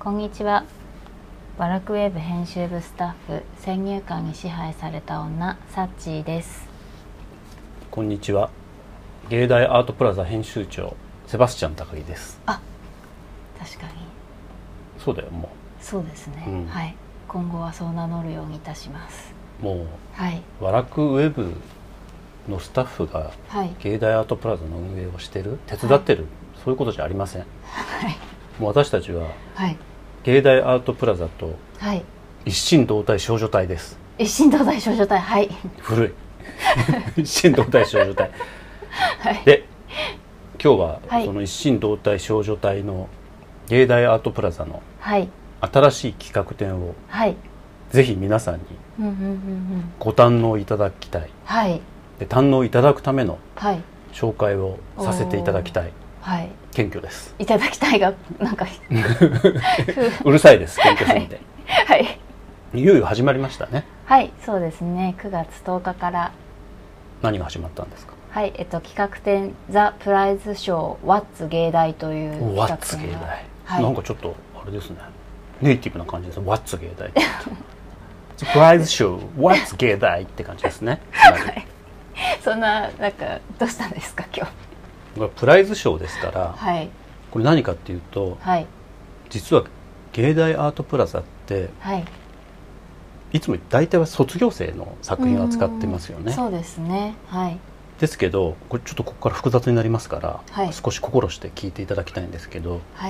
こんにちは。ワラクウェブ編集部スタッフ、先入観に支配された女、サッチーです。 こんにちは。芸大アートプラザ編集長、セバスチャン高木です。 あ、確かにそうだよ。もそうですね、はい。今後はそう名乗るようにいたします。 うはい、 ワラクウェブのスタッフが芸大アートプラザの運営をしてる、手伝ってる、そういうことじゃありません。 はい、 もう私たちははい、 芸大アートプラザとはい、 一心同体少女隊です。 一心同体少女隊、はい。 古い一心同体少女隊、 はい、 で今日ははいその一心同体少女隊の芸大アートプラザのはい、 新しい企画展をはい、 ぜひ皆さんにうんうんうんうん、 ご堪能いただきたい。 はい、 で堪能いただくためのはい、 紹介をさせていただきたいはい、 謙虚です。 いただきたいがなんかうるさいです、謙虚すぎて。 はい、 いよいよ始まりましたね。 はい、そうですね。9月10日から何が始まったんですか。 はい、企画展ザ・プライズショー What's 芸大という企画展が、 What's 芸大、 はい、 なんかちょっとあれですね、ネイティブな感じです。What's 芸大サプライズショー What's 芸大って感じですね。 はい、そんななんかどうしたんですか今日。 これプライズショーですから、 はい、 これ何かっていうと、 はい、 実は芸大アートプラザって、 はい、 いつも大体は卒業生の作品を扱ってますよね。 そうですね、はい、 ですけど、これちょっとここから複雑になりますから、 はい、 少し心して聞いていただきたいんですけど、 はい、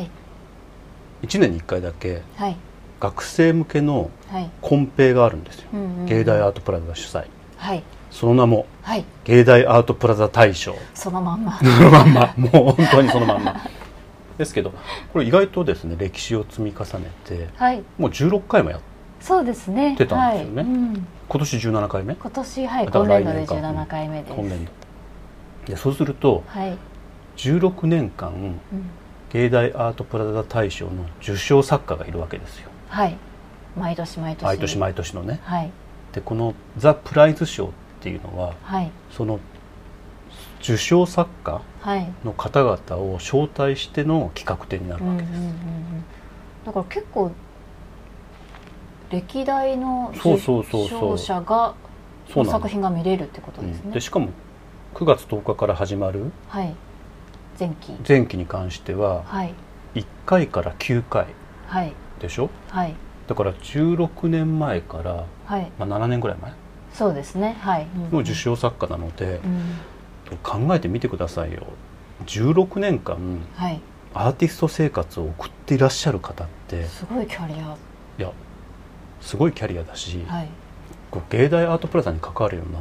1年に1回だけはい、 学生向けのはい、 コンペがあるんですよ、 うんうんうん、 芸大アートプラザが主催。 はい、 その名も、 はい、 芸大アートプラザ大賞。 そのまんまそのまんま、もう本当にそのまんまですけど、これ意外とですね、歴史を積み重ねて、 はい、 もう16回もやっそうですね、 てたんですよね、 はい、うん、 今年17回目、 今年、はい、 だから今年度で来年か 17回目です。 今年度で、そうすると、 はい、 16年間、 うん、 芸大アートプラザ大賞の受賞作家がいるわけですよ。 はい、毎年毎年毎年毎年のね。 はい、 でこのザ・プライズ賞っていうのは、 はい、 その受賞作家はい、 の方々を招待しての企画展になるわけです。 だから結構歴代のそう受賞者がその作品が見れるってことですね。 でしかも9月10日から始まる、 はい、前期に関しては、 はい、 1回から9回でしょ、 はい、 だから16年前から、 はい、 まあ、7年ぐらい前そうですね、はい、 の受賞作家なので、 うん、 考えてみてくださいよ。16年間、 はい、 アーティスト生活を送っていらっしゃる方って、 すごいキャリア、 いやすごいキャリアだし、 はい、 こう芸大アートプラザに関わるようになって、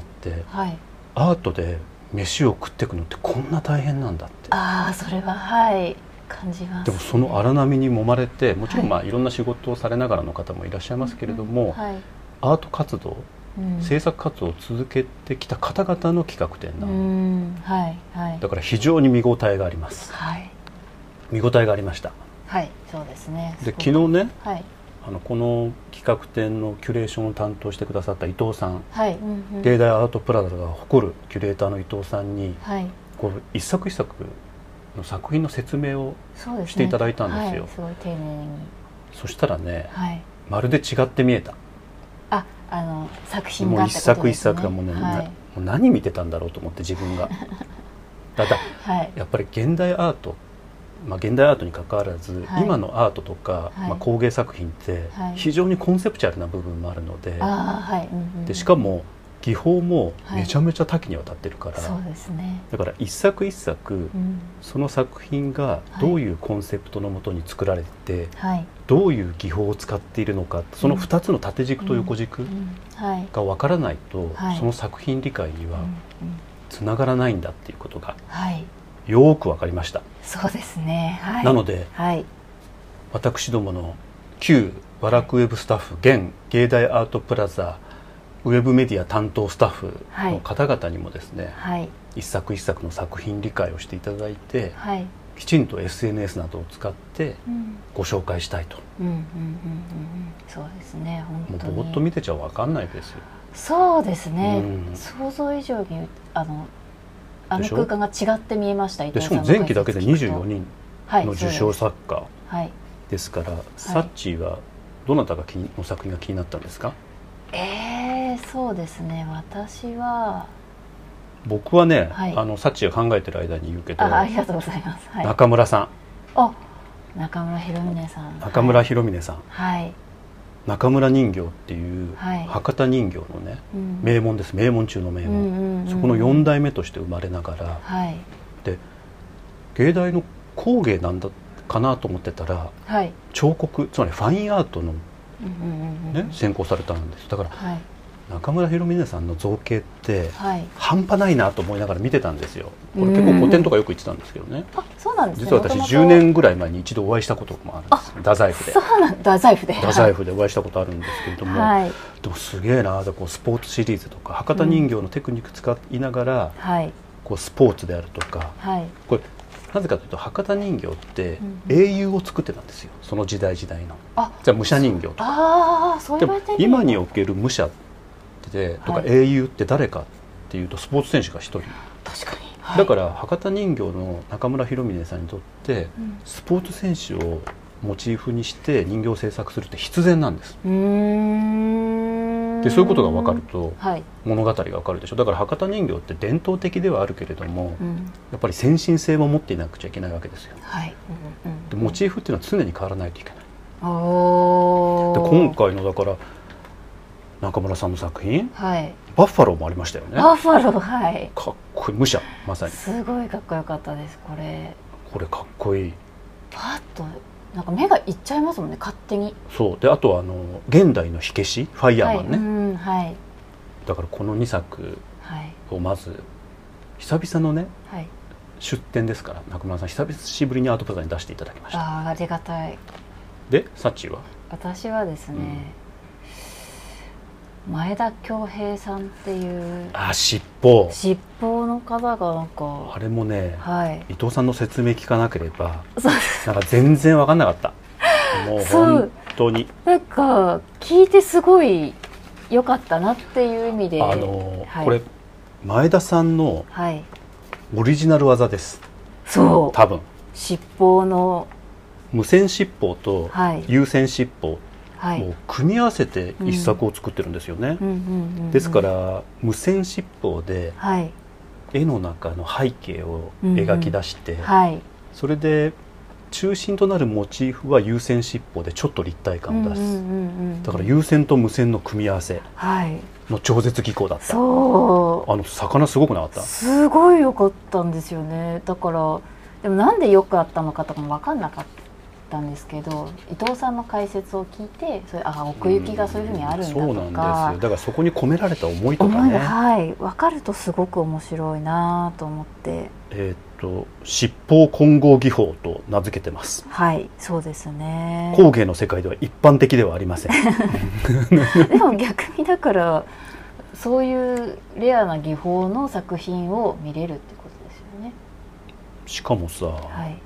はい、 アートで飯を食っていくのってこんな大変なんだって。 ああ、それははい感じます、ね。 でもその荒波に揉まれて、もちろんまあいろんな仕事をされながらの方もいらっしゃいますけれども、 はい、 アート活動、制作活動を続けてきた方々の企画展なの、 はいはい、 だから非常に見応えがあります、 はい、 見応えがありました。 はい、そうですね。 で昨日ね、 はい、 この企画展のキュレーションを担当してくださった伊藤さん、 はい、 芸大アートプラザが誇るキュレーターの伊藤さんに、 はい、 こう一作一作の作品の説明をしていただいたんですよ。 はい、すごい丁寧に。 そしたらね、 はい、 まるで違って見えた。 作品がもう一作一作がもうね、 はい、 もう何見てたんだろうと思って自分がただ、はい、やっぱり現代アート、まあ、現代アートに関わらず、はい、今のアートとか、まあ、工芸作品って非常にコンセプチュアルな部分もあるので、でしかも技法もめちゃめちゃ多岐にわたってるから、 そうですね、 だから一作一作、その作品がどういうコンセプトのもとに作られて、どういう技法を使っているのか、その2つの縦軸と横軸が分からないと、その作品理解にはつながらないんだっていうことがよく分かりました。 そうですね、 なので、私どもの旧ワラクウェブスタッフ、現芸大アートプラザウェブメディア担当スタッフの方々にもですね、一作一作の作品理解をしていただいて、きちんと SNS などを使ってご紹介したいと。 そうですね、本当にもうぼーっと見てちゃ分かんないですよ。 そうですね、想像以上にあの空間が違って見えました。 でしかも前期だけで24人の受賞作家、でですから、サッチーはどなたがの作品が気になったんですか？ そうですね、私は僕はね、サッチーが考えてる間に言うけど、 ありがとうございます、 中村さん。 中村弘峰さん。 中村弘峰さん、 はい中村人形っていう博多人形のね、名門です。名門中の名門、そこの4代目として生まれながら、で芸大の工芸なんだかなと思ってたら、彫刻、つまりファインアートの、専攻されたんです。だから、中村弘峰さんの造形って、半端ないなと思いながら見てたんですよ。これ結構個展とかよく行ってたんですけどね。 そうなんですね。 実は私10年ぐらい前に一度お会いしたこともあるんです。太宰府で。 太宰府でお会いしたことあるんですけれども、でもすげえな、こうスポーツシリーズとか博多人形のテクニック使いながら、こうスポーツであるとか、これなぜかというと博多人形って英雄を作ってたんですよ、その時代の。じゃあ武者人形とか。でも今における武者とか英雄って誰かっていうとスポーツ選手が一人。 確かに。 だから博多人形の中村弘峰さんにとって、スポーツ選手をモチーフにして人形を制作するって必然なんです。でそういうことが分かると物語が分かるでしょ。だから博多人形って伝統的ではあるけれども、やっぱり先進性も持っていなくちゃいけないわけですよ。でモチーフっていうのは常に変わらないといけない。で今回のだから中村さんの作品、バッファローもありましたよね。 バッファロー、 かっこいい。武者、まさにすごいかっこよかったです。これかっこいい。 パッとなんか目がいっちゃいますもんね、勝手に。 そうで、あとは現代の火消しファイヤーマンね、だからこの2作をまず久々のね、出展ですから、中村さん久しぶりにアートプラザに出していただきました。 ありがたい。 でサッチーは？ 私はですね、前田恭平さんっていう七宝の方がなんかあれもね、伊藤さんの説明聞かなければなんか全然分かんなかった。もう本当になんか聞いてすごい良かったなっていう意味で、 これ前田さんのオリジナル技です。 そう、 多分七宝の無線七宝と有線七宝もう組み合わせて一作を作ってるんですよね。ですから無線七宝で絵の中の背景を描き出して、それで中心となるモチーフは有線七宝でちょっと立体感を出す。だから有線と無線の組み合わせの超絶技巧だった。魚すごくなかった？ すごい良かったんですよね。だからでもなんで良かったのかとかも分かんなかったんですけど、伊藤さんの解説を聞いて、奥行きがそういうふうにあるんだとか、 そうなんですよ。だからそこに込められた思いとかね、 分かるとすごく面白いなと思って、 七宝混合技法と名付けてます。 そうですね。 工芸の世界では一般的ではありません。 でも逆にだからそういうレアな技法の作品を見れるってことですよね。 しかもさ、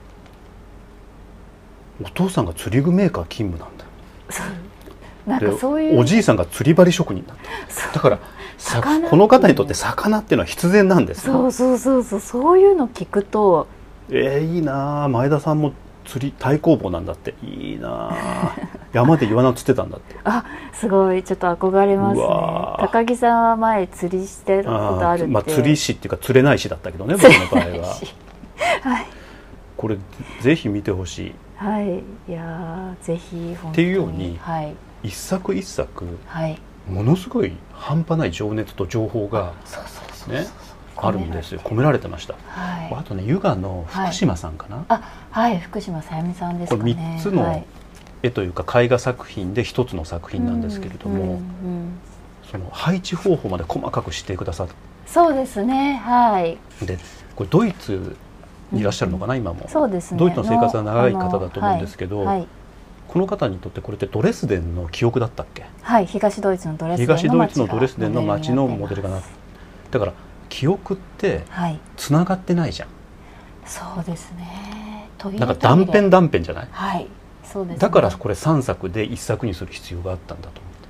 お父さんが釣り具メーカー勤務なんだ。 なんかそういうおじいさんが釣り針職人なんだ。だからこの方にとって魚っていうのは必然なんですよ。 そういうの聞くといいな。前田さんも釣り太公望なんだって。いいな。山でイワナ釣ってたんだって。 すごいちょっと憧れますね。高木さんは前釣りしてたことあるって。 釣り師っていうか釣れない師だったけどね、僕の場合は。これぜひ見てほしい。 いやぜひ本当に。 っていうように、一作一作、ものすごい半端ない情熱と情報がねあるんですよ。込められてました。あとね、ヨガの福島さんかな。 福島さゆみさんですかね。 これ3つの絵というか絵画作品で1つの作品なんですけれども、その配置方法まで細かくしてくださって。 そうですね。 でこれドイツにいらっしゃるのかな、今も。 そうですね。 ドイツの生活が長い方だと思うんですけど、この方にとってこれってドレスデンの記憶だったっけ？ 東ドイツのドレスデンの街のモデルかな。だから記憶ってつながってないじゃん。 そうですね。 なんか断片じゃない？ そうですね。 だからこれ3作で1作にする必要があったんだと思って。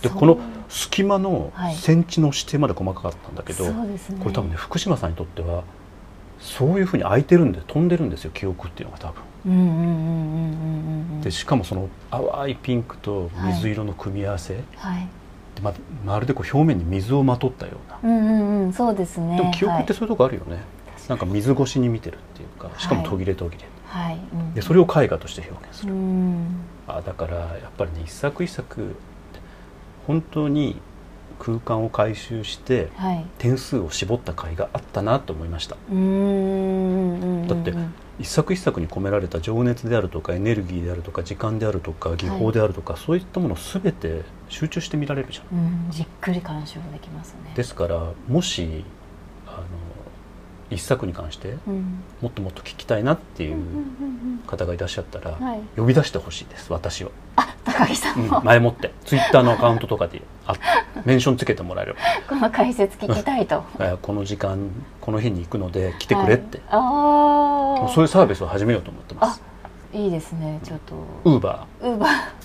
でこの隙間のセンチの指定まで細かかったんだけど、これ多分ね、福島さんにとってはそういうふうに空いてるんで飛んでるんですよ、記憶っていうのが多分。 でしかもその淡いピンクと水色の組み合わせ、はい、でまるでこう表面に水をまとったような、そうですね。 でも記憶ってそういうとこあるよね、はい、なんか水越しに見てるっていうか、しかも途切れ途切れ、はい、でそれを絵画として表現する、だからやっぱりね、一作一作本当に空間を回収して点数を絞った絵があったなと思いました。だって一作一作に込められた情熱であるとかエネルギーであるとか時間であるとか技法であるとか、そういったものを全て集中して見られるじゃん、 じっくり鑑賞できますね。 ですからもし一作に関してもっともっと聞きたいなっていう方がいらっしゃったら呼び出してほしいです、私を。 高木さんも、 前もってツイッターのアカウントとかでメンションつけてもらえればこの解説聞きたいとこの時間この日に行くので来てくれって、そういうサービスを始めようと思ってます。 いいですね。ちょっとウーバー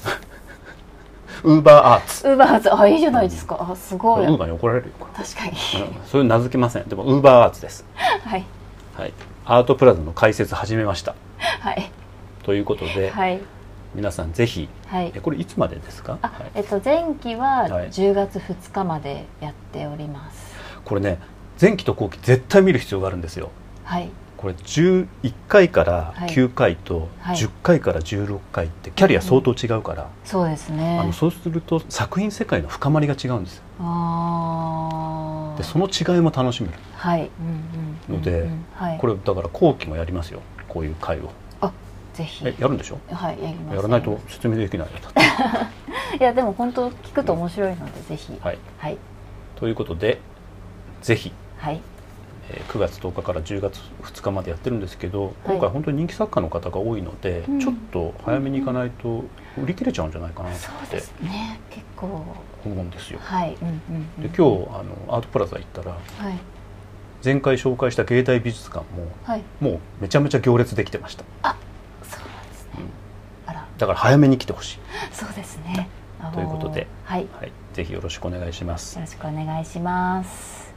アーツ、 いいじゃないですか。すごい。 ウーバーに怒られるよ。 確かに、 そういう名付けません。でもウーバーアーツです。 はい、 はい、アートプラザの解説始めました。 はい、 ということで、はい、皆さんぜひ、はい、これいつまでですか？ 前期は10月2日までやっております。 これね、前期と後期絶対見る必要があるんですよ。はい。これ11回から9回と10回から16回ってキャリア相当違うから、 そうですね。 そうすると作品世界の深まりが違うんですよ。でその違いも楽しめるので、これだから後期もやりますよ、こういう会を。 ぜひやるんでしょ？ はい、やります。 やらないと説明できないよ。 いやでも本当聞くと面白いので、ぜひ。 はい。ということでぜひ。はい。9月10日から10月2日までやってるんですけど、今回本当に人気作家の方が多いので、ちょっと早めに行かないと売り切れちゃうんじゃないかなって、 そうですね、結構思うんですよ。 はい。 で今日アートプラザ行ったら、前回紹介した芸大美術館も、もうめちゃめちゃ行列できてました。 そうなんですね。 だから早めに来てほしい。 そうですね。 ということで、ぜひよろしくお願いします。 よろしくお願いします。